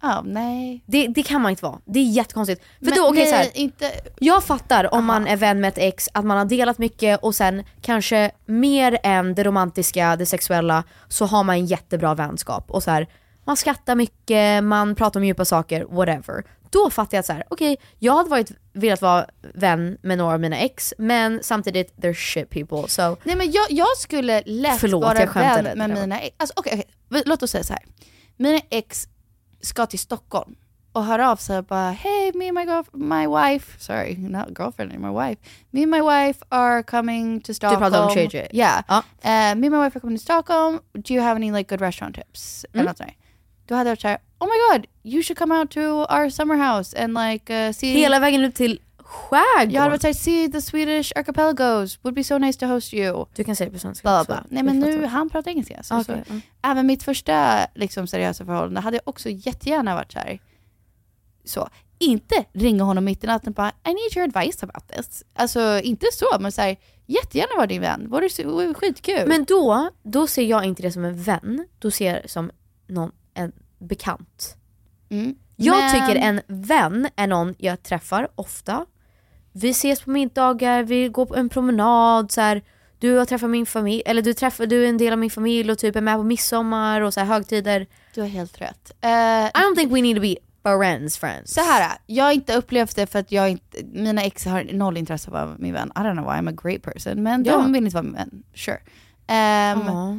Ja, nej. Det, det kan man inte vara. Det är jättekonstigt. För Men då, okay, nej, så här, inte... jag fattar om Aha. man är vän med ett ex, att man har delat mycket och sen kanske mer än det romantiska, det sexuella, så har man en jättebra vänskap. Och så här, man skrattar mycket, man pratar om djupa saker, whatever. Då fattar jag att så här, okej, okay, jag hade varit, velat vara vän med några av mina ex, men samtidigt, they're shit people. So. Nej, men jag, jag skulle lätt Förlåt, vara vän lite, med mina ex. Alltså, okay, okay. Låt oss säga så här. Mina ex ska till Stockholm och hör av sig och bara, hey, me and my, girl, my wife, sorry, not girlfriend, my wife. Me and my wife are coming to Stockholm. Du pratar om J J? Yeah. Ja. Uh, me and my wife are coming to Stockholm. Do you have any like good restaurant tips? Mm. Eller något sånt. Då hade jag sagt, oh my god, you should come out to our summer house and like uh, see... Hela vägen ut till skärgården? Jag hade sagt, see the Swedish archipelagos. Would be so nice to host you. Du kan säga det på svenska. Blah, blah. Nej, men nu, han pratar engelska. Så, okay. så. Mm. Även mitt första liksom, seriösa förhållande hade jag också jättegärna varit så här. Så. Inte ringa honom mitt i natten och bara, I need your advice about this. Alltså, inte så, men så här, jättegärna vara din vän. Vore så skitkul. Men då, då ser jag inte det som en vän. Då ser jag det som någon, en bekant. Mm. Jag men... tycker en vän är någon jag träffar ofta. Vi ses på middagar, vi går på en promenad. Så här, du har träffat min familj, eller du, träffar, du är en del av min familj och typ är med på midsommar och så här högtider. Du har helt rätt. Uh, I don't think we need to be friends friends. Så här, jag har inte upplevt det för att jag inte, mina ex har noll intresse av att vara min vän. I don't know why, I'm a great person. Men ja. de vill inte vara min vän. Sure. Um, oh.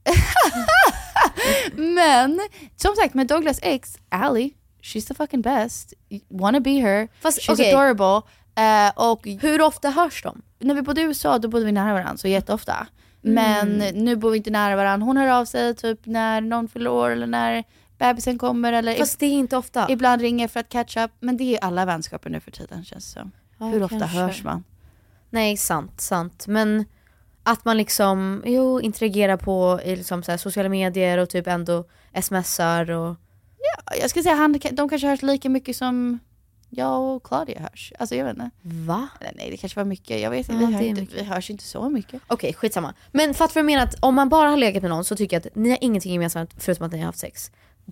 Men som sagt, med Douglas ex, Allie, she's the fucking best. Wanna be her. Fast, she's okay. adorable. Uh, och hur ofta hörs de? När vi bodde i U S A, då bodde vi nära varandra, så jätteofta. Men mm. nu bor vi inte nära varandra. Hon hör av sig typ när någon fyller år eller när bebisen kommer. Eller fast det är inte ofta. Ibland ringer för att catch up. Men det är alla vänskaper nu för tiden, känns det som. Ja, hur ofta kanske. Hörs man? Nej, sant, sant. Men att man liksom, jo, interagerar på i liksom så här sociala medier och typ ändå smsar och... Ja, jag ska säga, han, de kanske hörs lika mycket som jag och Claudia hörs. Alltså jag vet inte. Va? Eller, nej, det kanske var mycket. Jag vet inte, ja, vi, hör inte mycket. vi hörs inte så mycket. Okej, okay, skitsamma. Men för att jag menar att om man bara har legat med någon så tycker jag att ni har ingenting gemensamt förutom att ni har haft sex.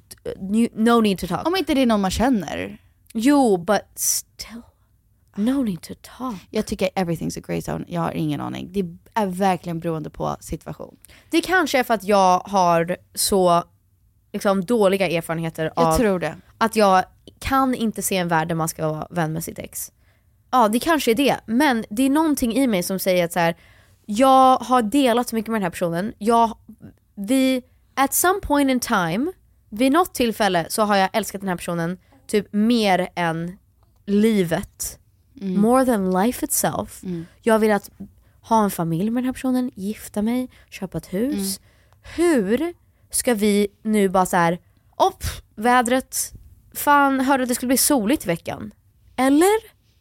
No need to talk. Om inte det är någon man känner. Jo, but still. No need to talk. Jag tycker everything's a grey zone. Jag har ingen aning. Det är verkligen beroende på situation. Det kanske är för att jag har så liksom dåliga erfarenheter jag av tror det. Att jag kan inte se en värld där man ska vara vän med sitt ex. Ja, det kanske är det. Men det är någonting i mig som säger att så här, jag har delat så mycket med den här personen. Jag, vi, at some point in time, vid något tillfälle så har jag älskat den här personen typ mer än livet. Mm. More than life itself. Mm. Jag vill att ha en familj med den här personen, gifta mig, köpa ett hus. Mm. Hur ska vi nu bara så här, upp vädret, fan, hörde att det skulle bli soligt i veckan. Eller?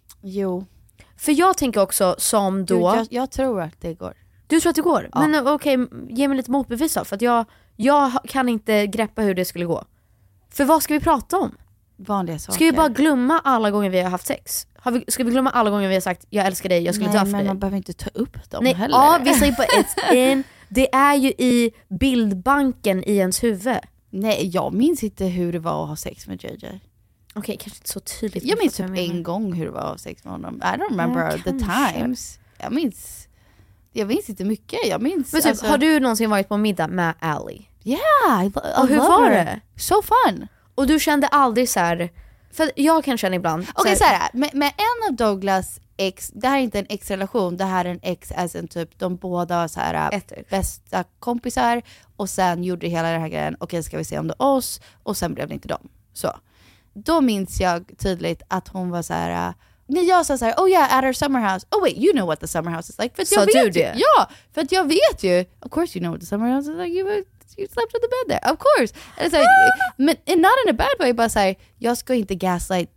Jo. För jag tänker också som då... Du, jag, jag tror att det går. Du tror att det går? Ja. Men okej, okay, ge mig lite motbevis då. För att jag, jag kan inte greppa hur det skulle gå. För vad ska vi prata om? Vanliga saker. Ska vi bara glömma alla gånger vi har haft sex? Har vi, ska vi glömma alla gånger vi har sagt jag älskar dig, jag skulle Nej, inte haft men dig? man behöver inte ta upp dem Nej, heller. Ja, vi säger bara ett in. Det är ju i bildbanken i ens huvud. Nej, jag minns inte hur det var att ha sex med J J. Okej, okay, kanske inte så tydligt. Jag minns typ en gång hur det var att ha sex med honom. I don't remember ja, the times. Jag minns Jag minns inte mycket. Jag minns Men typ, alltså... har du någonsin varit på middag med Allie? Yeah, I, I och hur var her. det? So fun. Och du kände aldrig så här, för jag kan känna ibland. Okej, okay, så här, med, med en av Douglas ex, det här är inte en ex-relation, det här är en ex as en typ, de båda så här Ett. bästa kompisar och sen gjorde hela den här grejen, okej okay, ska vi se om det är oss, och sen blev det inte dem. Så. Då minns jag tydligt att hon var så här. När jag sa så här, oh yeah, at our summer house. Oh wait, you know what the summer house is like. För att jag så vet du ju, det? ja, för att jag vet ju. Of course you know what the summer house is like. You, you slept on the bed there. Of course. And så här, men not in a bad way, bara så här, jag ska inte gaslight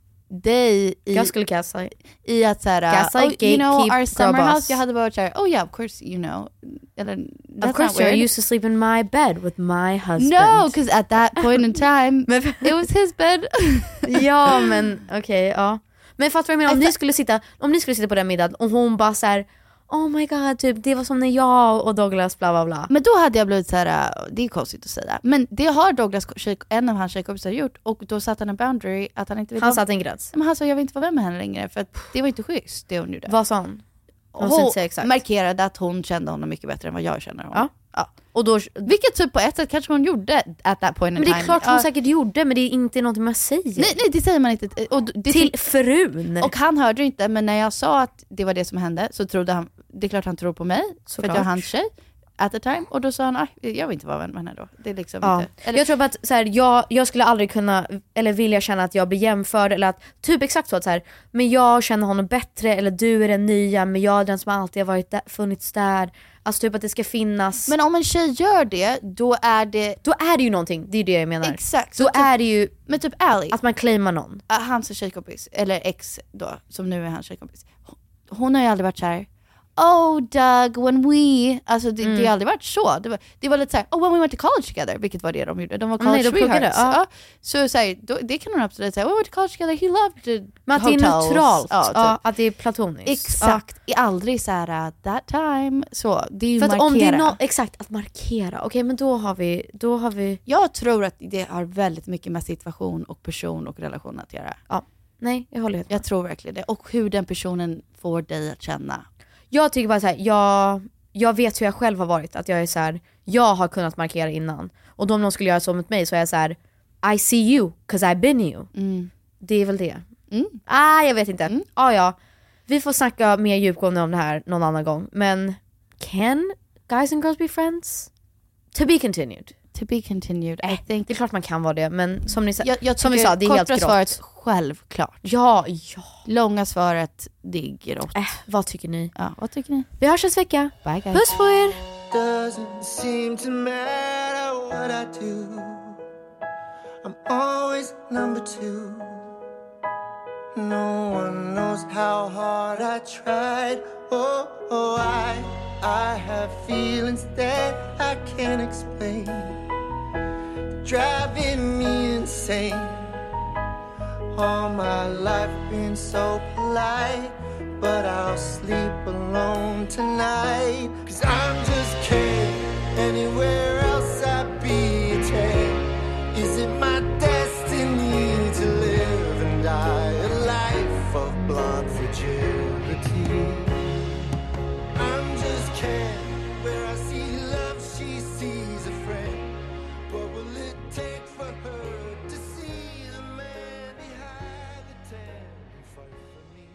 dig i, jag skulle gaslight i att så här, gaslight, oh, you know, our summer boss. house. Jag hade varit så här, oh yeah, of course you know. Eller, that's of course I used to sleep in my bed with my husband. No, because at that point in time it was his bed. Ja, men okej, okay, ja. Men fattar du vad jag menar? Om ni skulle sitta, om ni skulle sitta på den middagen och hon bara så här, oh my god, typ, det var som när jag och Douglas bla bla bla. Men då hade jag blivit så här, det är konstigt att säga. Men det har Douglas, en av hans tjejkompisar gjort. Och då satte han en boundary att han inte vill Han vara... satte en gräns. Men han sa, jag vill inte vara vän med henne längre. För att det var inte schysst det hon gjorde. Vad sa han? Hon, hon markerade att hon kände honom mycket bättre än vad jag känner honom. Ja. Ja. Och då, vilket typ på ett sätt kanske hon gjorde at that point in men det är time. klart hon ja. säkert gjorde, men det är inte något man säger. Nej, nej det säger man inte. Och det till frun. Och han hörde inte, men när jag sa att det var det som hände så trodde han, det är klart han tror på mig. Så för att jag är hans tjej at the time. Och då sa han, jag vill inte vara vän med henne då. Det är liksom ja. inte. Eller, jag tror att så här, jag, jag skulle aldrig kunna, eller vilja känna att jag blir jämförd. Eller att, typ exakt så att så här, men jag känner honom bättre. Eller du är den nya, men jag är den som alltid har varit där, funnits där. Alltså typ att det ska finnas. Men om en tjej gör det, då är det Då är det ju någonting, det är det jag menar. Exakt. Då typ, är det ju men typ Ally, att man claimar någon. Hans tjejkompis, eller ex då, som nu är hans tjejkompis. Hon har ju aldrig varit så här. Oh Doug, when we... Alltså det, mm. det har aldrig varit så. Det var, det var lite såhär, oh when we went to college together. Vilket var det de gjorde. De var college Nej, de sweethearts. Ja. Ja. Så, så här, då, det kan hon absolut säga. Oh, we went to college together, he loved the men att hotels. det är neutralt. Ja, typ. Ja, att det är platoniskt. Exakt. Ja. Aldrig så här that time. Så, det är ju för att markera. om det är no- exakt, att markera. Okej, okay, men då har vi... Då har vi... Jag tror att det har väldigt mycket med situation och person och relation att göra. Ja. Nej, jag håller helt med. Jag tror verkligen det. Och hur den personen får dig att känna. Jag tycker bara så här, jag, jag vet hur jag själv har varit. Att jag är så här, jag har kunnat markera innan. Och då om någon skulle göra så mot mig så är jag så här, I see you, cause I've been you. Mm. Det är väl det. Mm. Ah, jag vet inte. Mm. Ah, ja. Vi får snacka mer djupgående om det här någon annan gång. Men can guys and girls be friends? To be continued. To be continued. I think. Det är klart man kan vara det. Men som, ni, jag, jag som vi sa, det är helt grått. Svaret självklart. Ja, ja. Långa svaret, det är grått. Äh, vad tycker ni? Ja, vad tycker ni? Vi hörs nästa vecka. Bye guys. Puss på er. Doesn't seem to matter what I do. I'm always number two. No one knows how hard I tried. Oh, oh, I, I have feelings that I can't explain. Driving me insane. All my life been so polite, but I'll sleep alone tonight. Cause I'm just kidding. Anywhere else I'd be a ten. Is it my destiny to live and die a life of blonde fragility? I'm just kidding. Where I see love, she sees a friend. What will it take for her to see the man behind the tent and fight for me?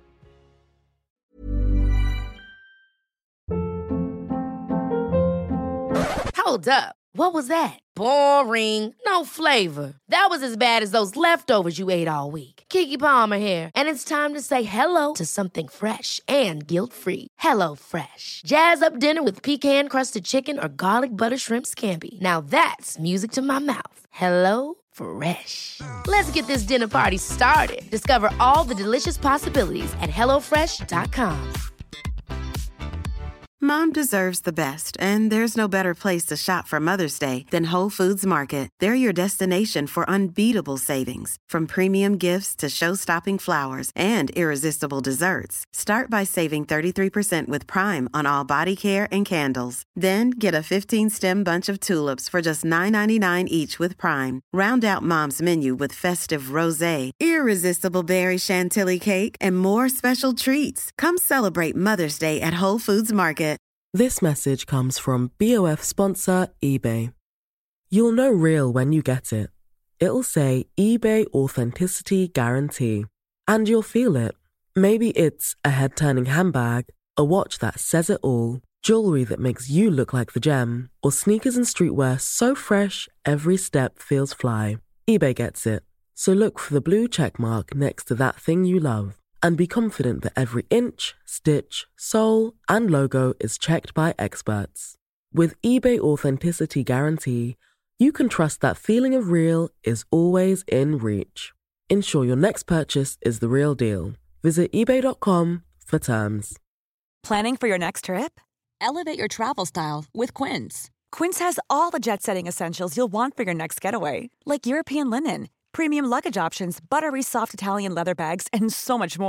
Hold up. What was that? Boring. No flavor. That was as bad as those leftovers you ate all week. Keke Palmer here, and it's time to say hello to something fresh and guilt-free. Hello Fresh. Jazz up dinner with pecan-crusted chicken or garlic butter shrimp scampi. Now that's music to my mouth. Hello Fresh. Let's get this dinner party started. Discover all the delicious possibilities at hello fresh dot com. Mom deserves the best, and there's no better place to shop for Mother's Day than Whole Foods Market. They're your destination for unbeatable savings, from premium gifts to show-stopping flowers and irresistible desserts. Start by saving thirty-three percent with Prime on all body care and candles. Then get a fifteen-stem bunch of tulips for just nine ninety-nine each with Prime. Round out Mom's menu with festive rosé, irresistible berry chantilly cake, and more special treats. Come celebrate Mother's Day at Whole Foods Market. This message comes from B O F sponsor eBay. You'll know real when you get it. It'll say eBay Authenticity Guarantee. And you'll feel it. Maybe it's a head-turning handbag, a watch that says it all, jewelry that makes you look like the gem, or sneakers and streetwear so fresh every step feels fly. eBay gets it. So look for the blue check mark next to that thing you love. And be confident that every inch, stitch, sole, and logo is checked by experts. With eBay Authenticity Guarantee, you can trust that feeling of real is always in reach. Ensure your next purchase is the real deal. Visit ebay dot com for terms. Planning for your next trip? Elevate your travel style with Quince. Quince has all the jet-setting essentials you'll want for your next getaway, like European linen, premium luggage options, buttery soft Italian leather bags, and so much more.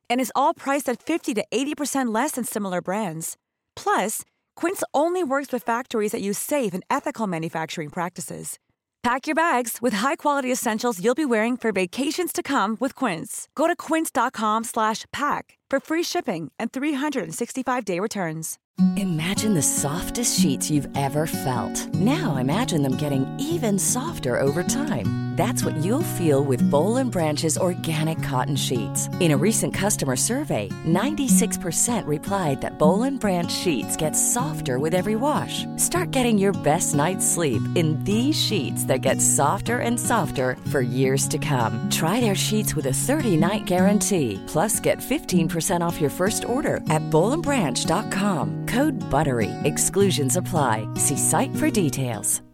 And is all priced at fifty to eighty percent less than similar brands. Plus, Quince only works with factories that use safe and ethical manufacturing practices. Pack your bags with high-quality essentials you'll be wearing for vacations to come with Quince. Go to quince.com slash pack for free shipping and three sixty-five day returns. Imagine the softest sheets you've ever felt. Now imagine them getting even softer over time. That's what you'll feel with Boll and Branch's organic cotton sheets. In a recent customer survey, ninety-six percent replied that Boll and Branch sheets get softer with every wash. Start getting your best night's sleep in these sheets that get softer and softer for years to come. Try their sheets with a thirty-night guarantee. Plus, get fifteen percent off your first order at boll and branch dot com. Code BUTTERY. Exclusions apply. See site for details.